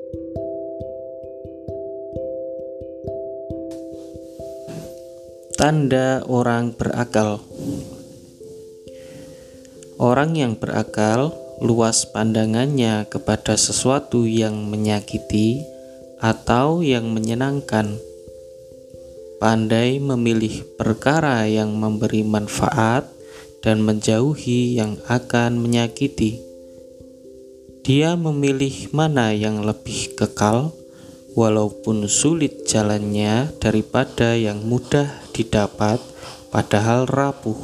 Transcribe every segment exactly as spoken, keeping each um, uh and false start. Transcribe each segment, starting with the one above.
Tanda orang berakal. Orang yang berakal luas pandangannya kepada sesuatu yang menyakiti atau yang menyenangkan. Pandai memilih perkara yang memberi manfaat dan menjauhi yang akan menyakiti. Dia memilih mana yang lebih kekal, walaupun sulit jalannya, daripada yang mudah didapat padahal rapuh.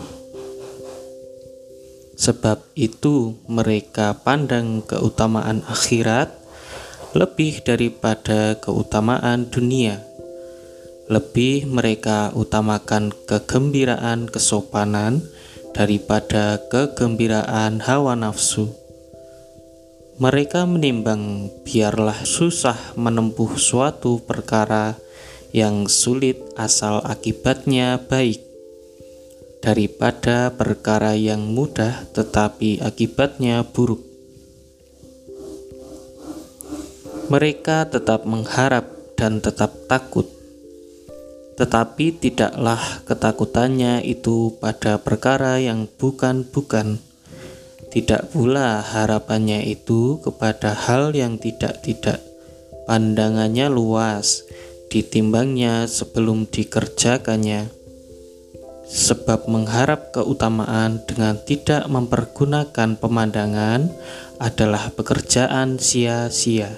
Sebab itu mereka pandang keutamaan akhirat lebih daripada keutamaan dunia. Lebih mereka utamakan kegembiraan kesopanan daripada kegembiraan hawa nafsu. Mereka menimbang biarlah susah menempuh suatu perkara yang sulit asal akibatnya baik, daripada perkara yang mudah tetapi akibatnya buruk. Mereka tetap mengharap dan tetap takut, tetapi tidaklah ketakutannya itu pada perkara yang bukan-bukan. Tidak pula harapannya itu kepada hal yang tidak-tidak. Pandangannya luas, ditimbangnya sebelum dikerjakannya. Sebab mengharap keutamaan dengan tidak mempergunakan pemandangan adalah pekerjaan sia-sia.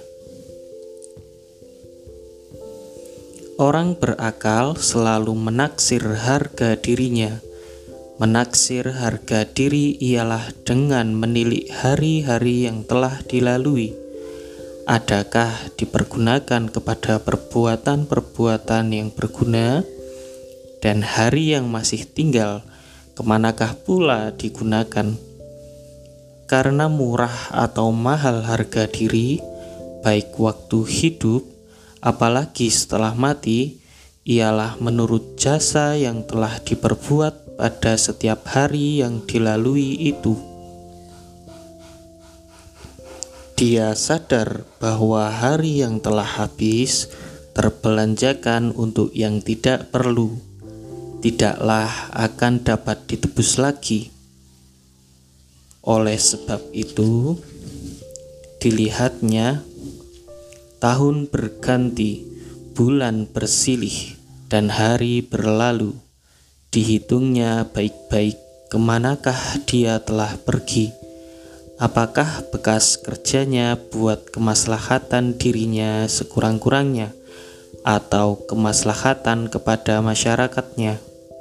Orang berakal selalu menaksir harga dirinya. Menaksir harga diri ialah dengan menilik hari-hari yang telah dilalui. Adakah dipergunakan kepada perbuatan-perbuatan yang berguna? Dan hari yang masih tinggal, kemanakah pula digunakan? Karena murah atau mahal harga diri, baik waktu hidup, apalagi setelah mati, ialah menurut jasa yang telah diperbuat pada setiap hari yang dilalui itu. Dia sadar bahwa hari yang telah habis terbelanjakan untuk yang tidak perlu, tidaklah akan dapat ditebus lagi. Oleh sebab itu, dilihatnya tahun berganti, bulan bersilih, dan hari berlalu. Dihitungnya baik-baik kemanakah dia telah pergi. Apakah bekas kerjanya buat kemaslahatan dirinya sekurang-kurangnya, atau kemaslahatan kepada masyarakatnya?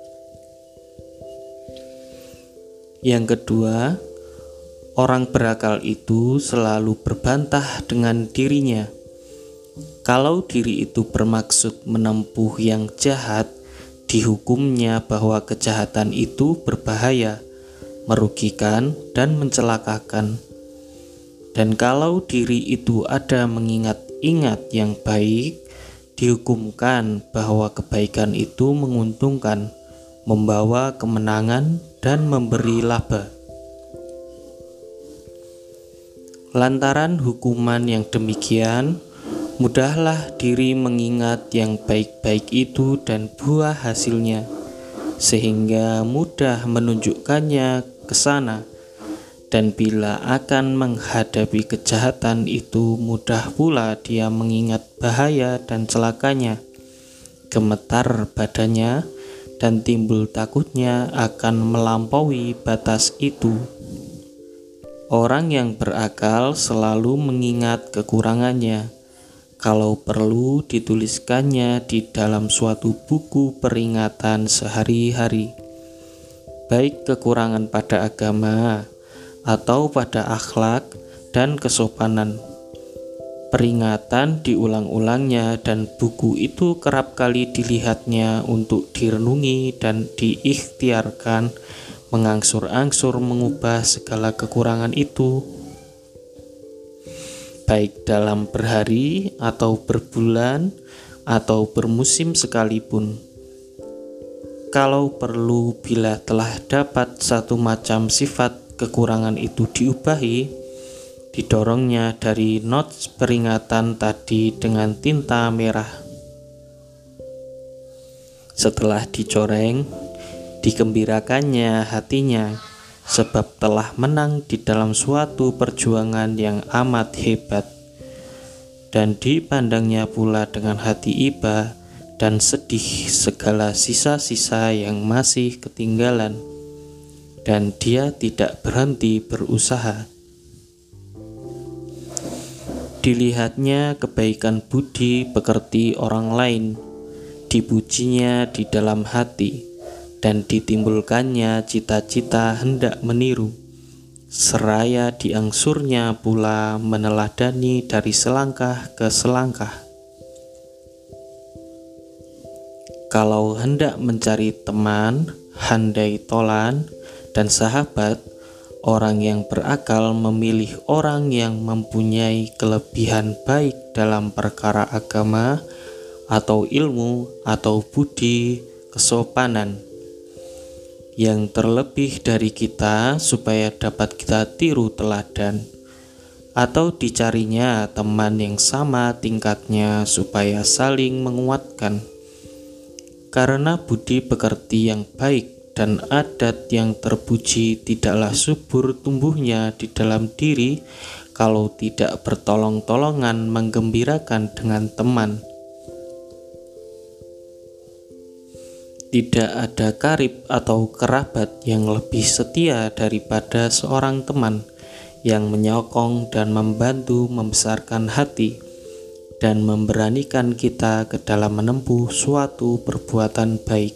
Yang kedua, orang berakal itu selalu berbantah dengan dirinya. Kalau diri itu bermaksud menempuh yang jahat, dihukumnya bahwa kejahatan itu berbahaya, merugikan, dan mencelakakan. Dan kalau diri itu ada mengingat-ingat yang baik, dihukumkan bahwa kebaikan itu menguntungkan, membawa kemenangan, dan memberi laba. Lantaran hukuman yang demikian, mudahlah diri mengingat yang baik-baik itu dan buah hasilnya, sehingga mudah menunjukkannya ke sana. Dan bila akan menghadapi kejahatan itu, mudah pula dia mengingat bahaya dan celakanya. Gemetar badannya dan timbul takutnya akan melampaui batas itu. Orang yang berakal selalu mengingat kekurangannya. Kalau perlu dituliskannya di dalam suatu buku peringatan sehari-hari, baik kekurangan pada agama atau pada akhlak dan kesopanan. Peringatan diulang-ulangnya dan buku itu kerap kali dilihatnya untuk direnungi dan diikhtiarkan mengangsur-angsur mengubah segala kekurangan itu, baik dalam berhari atau berbulan atau bermusim sekalipun. Kalau perlu, bila telah dapat satu macam sifat kekurangan itu diubahi, didorongnya dari notes peringatan tadi dengan tinta merah. Setelah dicoreng, digembirakannya hatinya, sebab telah menang di dalam suatu perjuangan yang amat hebat. Dan dipandangnya pula dengan hati iba dan sedih segala sisa-sisa yang masih ketinggalan, dan dia tidak berhenti berusaha. Dilihatnya kebaikan budi pekerti orang lain, dipujinya di dalam hati, dan ditimbulkannya cita-cita hendak meniru, seraya diangsurnya pula meneladani dari selangkah ke selangkah. Kalau hendak mencari teman, handai tolan, dan sahabat, orang yang berakal memilih orang yang mempunyai kelebihan baik dalam perkara agama, atau ilmu, atau budi, kesopanan, yang terlebih dari kita supaya dapat kita tiru teladan, atau dicarinya teman yang sama tingkatnya supaya saling menguatkan. Karena budi pekerti yang baik dan adat yang terpuji tidaklah subur tumbuhnya di dalam diri kalau tidak bertolong-tolongan menggembirakan dengan teman. Tidak ada karib atau kerabat yang lebih setia daripada seorang teman yang menyokong dan membantu membesarkan hati dan memberanikan kita ke dalam menempuh suatu perbuatan baik.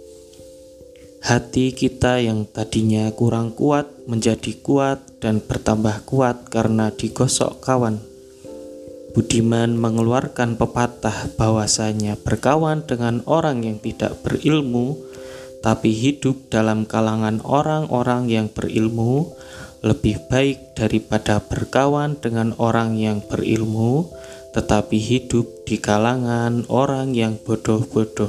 Hati kita yang tadinya kurang kuat menjadi kuat dan bertambah kuat karena digosok kawan. Budiman mengeluarkan pepatah bahwasanya berkawan dengan orang yang tidak berilmu, tapi hidup dalam kalangan orang-orang yang berilmu lebih baik daripada berkawan dengan orang yang berilmu, tetapi hidup di kalangan orang yang bodoh-bodoh.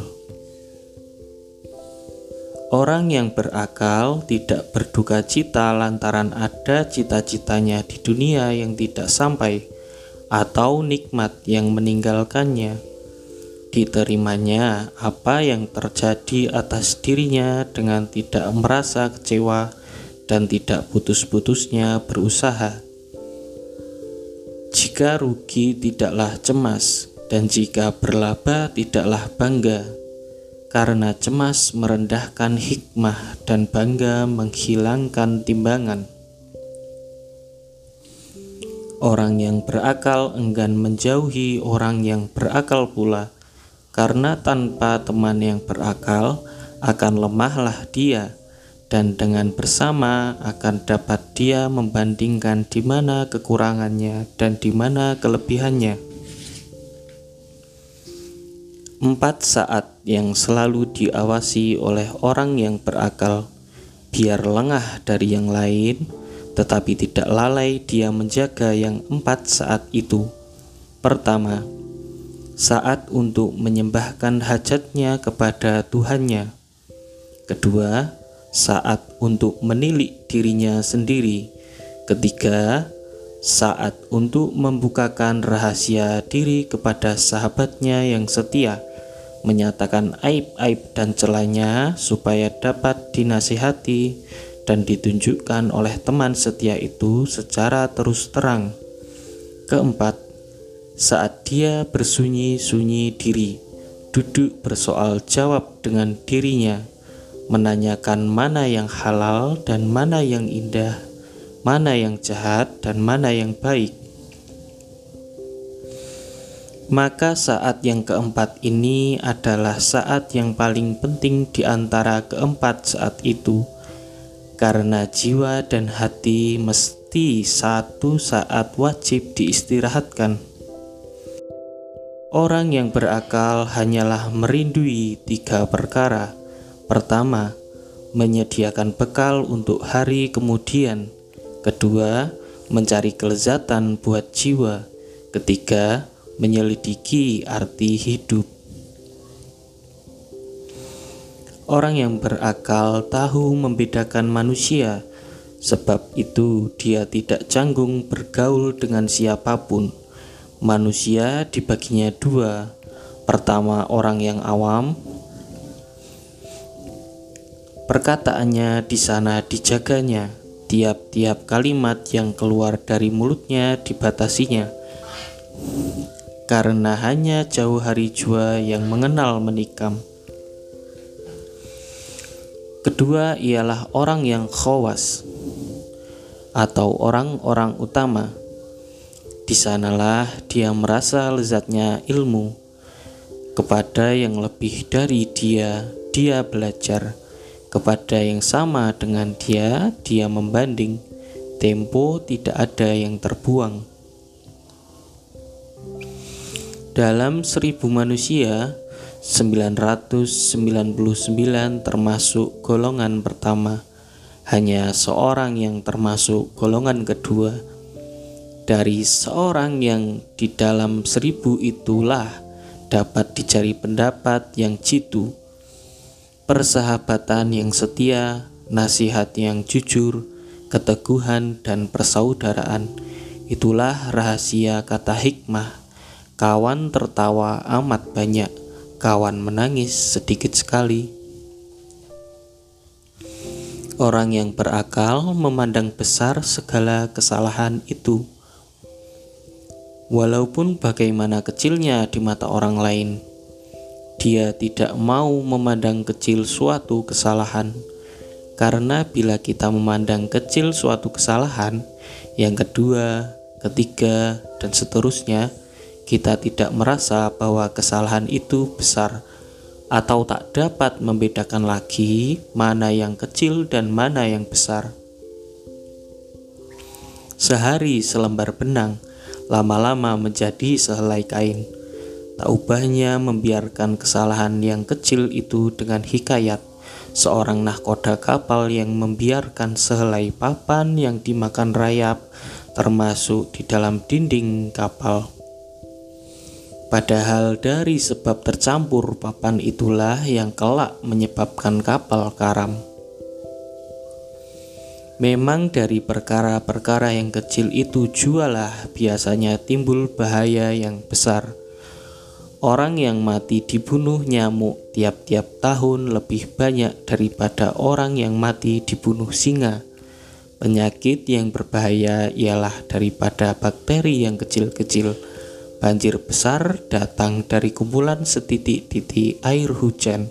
Orang yang berakal tidak berduka cita lantaran ada cita-citanya di dunia yang tidak sampai, atau nikmat yang meninggalkannya. Diterimanya apa yang terjadi atas dirinya dengan tidak merasa kecewa dan tidak putus-putusnya berusaha. Jika rugi tidaklah cemas, dan jika berlaba tidaklah bangga, karena cemas merendahkan hikmah dan bangga menghilangkan timbangan. Orang yang berakal enggan menjauhi orang yang berakal pula, karena tanpa teman yang berakal akan lemahlah dia, dan dengan bersama akan dapat dia membandingkan di mana kekurangannya dan di mana kelebihannya. Empat saat yang selalu diawasi oleh orang yang berakal, biar lengah dari yang lain, tetapi tidak lalai dia menjaga yang empat saat itu. Pertama, saat untuk menyembahkan hajatnya kepada Tuhannya. Kedua, saat untuk menilik dirinya sendiri. Ketiga, saat untuk membukakan rahasia diri kepada sahabatnya yang setia, menyatakan aib-aib dan celahnya supaya dapat dinasihati dan ditunjukkan oleh teman setia itu secara terus terang. Keempat, saat dia bersunyi-sunyi diri, duduk bersoal jawab dengan dirinya, menanyakan mana yang halal dan mana yang indah, mana yang jahat dan mana yang baik. Maka saat yang keempat ini adalah saat yang paling penting di antara keempat saat itu, karena jiwa dan hati mesti satu saat wajib diistirahatkan. Orang yang berakal hanyalah merindui tiga perkara. Pertama, menyediakan bekal untuk hari kemudian. Kedua, mencari kelezatan buat jiwa. Ketiga, menyelidiki arti hidup. Orang yang berakal tahu membedakan manusia, Sebab itu dia tidak canggung bergaul dengan siapapun. Manusia dibaginya dua. Pertama, orang yang awam. Perkataannya di sana dijaganya. Tiap-tiap kalimat yang keluar dari mulutnya dibatasinya. Karena hanya jauh hari jua yang mengenal menikam. Kedua ialah orang yang khawas atau orang-orang utama. Di sanalah dia merasa lezatnya ilmu. Kepada yang lebih dari dia, dia belajar. Kepada yang sama dengan dia, dia membanding. Tempo tidak ada yang terbuang. Dalam seribu manusia, sembilan ratus sembilan puluh sembilan termasuk golongan pertama. Hanya seorang yang termasuk golongan kedua. Dari seorang yang di dalam seribu itulah dapat dicari pendapat yang jitu, persahabatan yang setia, nasihat yang jujur, keteguhan dan persaudaraan. Itulah rahasia kata hikmah. Kawan tertawa amat banyak, kawan menangis sedikit sekali. Orang yang berakal memandang besar segala kesalahan itu, walaupun bagaimana kecilnya di mata orang lain. Dia tidak mau memandang kecil suatu kesalahan, karena bila kita memandang kecil suatu kesalahan, yang kedua, ketiga, dan seterusnya, kita tidak merasa bahwa kesalahan itu besar, atau tak dapat membedakan lagi mana yang kecil dan mana yang besar. Sehari selembar benang lama-lama menjadi sehelai kain. Tak ubahnya membiarkan kesalahan yang kecil itu dengan hikayat seorang nahkoda kapal yang membiarkan sehelai papan yang dimakan rayap termasuk di dalam dinding kapal. Padahal dari sebab tercampur papan itulah yang kelak menyebabkan kapal karam. Memang dari perkara-perkara yang kecil itu jualah biasanya timbul bahaya yang besar. Orang yang mati dibunuh nyamuk tiap-tiap tahun lebih banyak daripada orang yang mati dibunuh singa. Penyakit yang berbahaya ialah daripada bakteri yang kecil-kecil. Banjir besar datang dari kumpulan setitik-titik air hujan.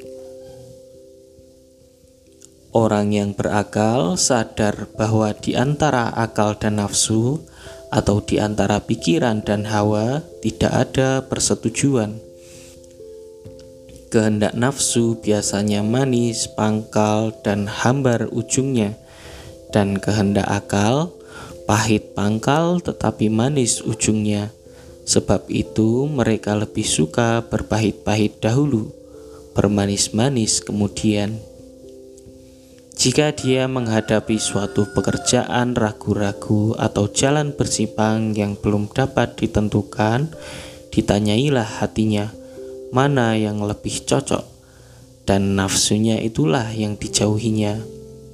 Orang yang berakal sadar bahwa di antara akal dan nafsu, atau di antara pikiran dan hawa, tidak ada persetujuan. Kehendak nafsu biasanya manis, pangkal, dan hambar ujungnya, dan kehendak akal pahit pangkal tetapi manis ujungnya. Sebab itu mereka lebih suka berpahit-pahit dahulu, bermanis-manis kemudian. Jika dia menghadapi suatu pekerjaan ragu-ragu atau jalan bersimpang yang belum dapat ditentukan, ditanyailah hatinya, mana yang lebih cocok, dan nafsunya itulah yang dijauhinya.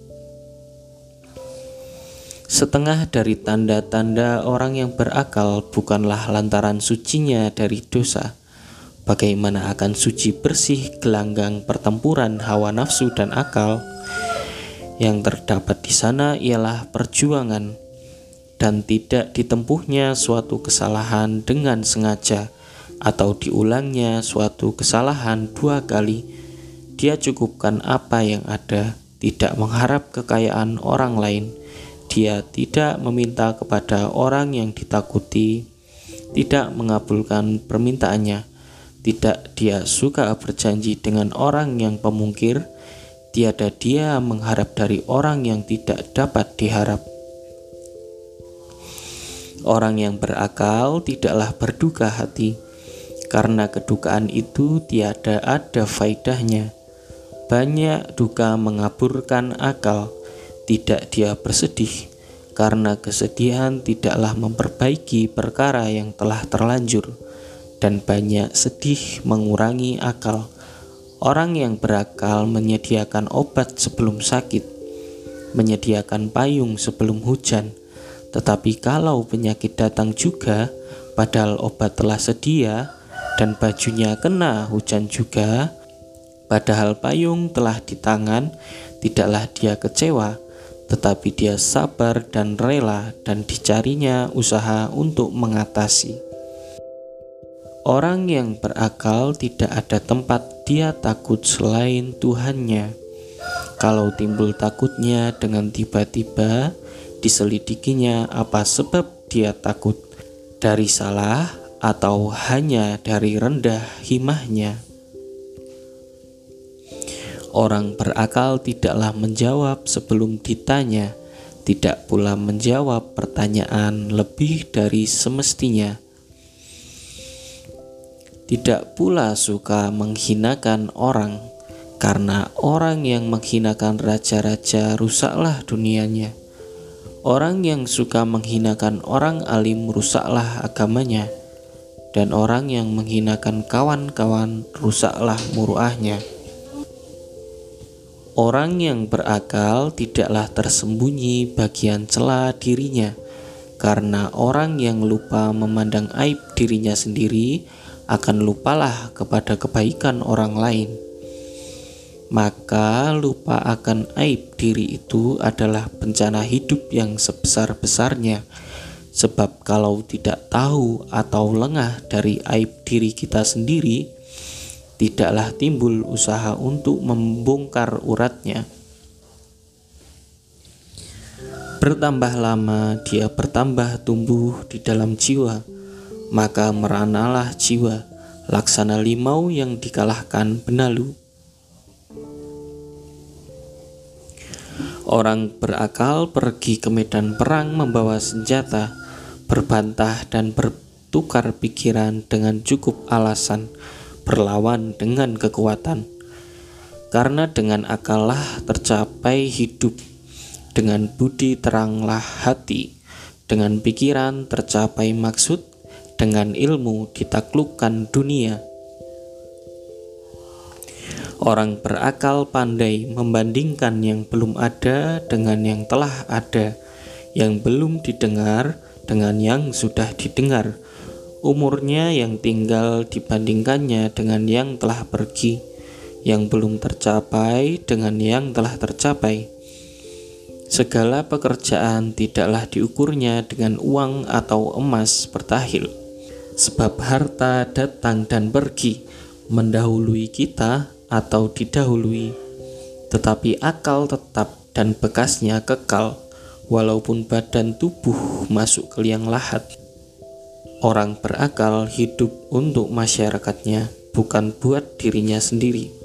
Setengah dari tanda-tanda orang yang berakal bukanlah lantaran sucinya dari dosa. Bagaimana akan suci bersih gelanggang pertempuran hawa nafsu dan akal? Yang terdapat di sana ialah perjuangan, dan tidak ditempuhnya suatu kesalahan dengan sengaja, atau diulangnya suatu kesalahan dua kali. Dia cukupkan apa yang ada, tidak mengharap kekayaan orang lain. Dia tidak meminta kepada orang yang ditakuti, tidak mengabulkan permintaannya, tidak dia suka berjanji dengan orang yang pemungkir, tiada dia mengharap dari orang yang tidak dapat diharap. Orang yang berakal tidaklah berduka hati, karena kedukaan itu tiada ada faedahnya. Banyak duka mengaburkan akal, tidak dia bersedih, karena kesedihan tidaklah memperbaiki perkara yang telah terlanjur, dan banyak sedih mengurangi akal. Orang yang berakal menyediakan obat sebelum sakit, menyediakan payung sebelum hujan. Tetapi kalau penyakit datang juga, padahal obat telah sedia, dan bajunya kena hujan juga, padahal payung telah di tangan, tidaklah dia kecewa, tetapi dia sabar dan rela, dan dicarinya usaha untuk mengatasi. Orang yang berakal tidak ada tempat dia takut selain Tuhannya. Kalau timbul takutnya dengan tiba-tiba, diselidikinya apa sebab dia takut, dari salah atau hanya dari rendah himahnya. Orang berakal tidaklah menjawab sebelum ditanya, tidak pula menjawab pertanyaan lebih dari semestinya. Tidak pula suka menghinakan orang, karena orang yang menghinakan raja-raja rusaklah dunianya. Orang yang suka menghinakan orang alim rusaklah agamanya, dan orang yang menghinakan kawan-kawan rusaklah muruahnya. Orang yang berakal tidaklah tersembunyi bagian cela dirinya, karena orang yang lupa memandang aib dirinya sendiri akan lupalah kepada kebaikan orang lain. Maka lupa akan aib diri itu adalah bencana hidup yang sebesar-besarnya, sebab kalau tidak tahu atau lengah dari aib diri kita sendiri, tidaklah timbul usaha untuk membongkar uratnya. Bertambah lama dia bertambah tumbuh di dalam jiwa, maka meranalah jiwa, laksana limau yang dikalahkan benalu. Orang berakal pergi ke medan perang membawa senjata, berbantah dan bertukar pikiran dengan cukup alasan, berlawan dengan kekuatan. Karena dengan akal lah tercapai hidup, dengan budi teranglah hati, dengan pikiran tercapai maksud, dengan ilmu ditaklukkan dunia. Orang berakal pandai membandingkan yang belum ada dengan yang telah ada, yang belum didengar dengan yang sudah didengar, umurnya yang tinggal dibandingkannya dengan yang telah pergi, yang belum tercapai dengan yang telah tercapai. Segala pekerjaan tidaklah diukurnya dengan uang atau emas bertahil, sebab harta datang dan pergi, mendahului kita atau didahului, tetapi akal tetap dan bekasnya kekal, walaupun badan tubuh masuk ke liang lahat. Orang berakal hidup untuk masyarakatnya, bukan buat dirinya sendiri.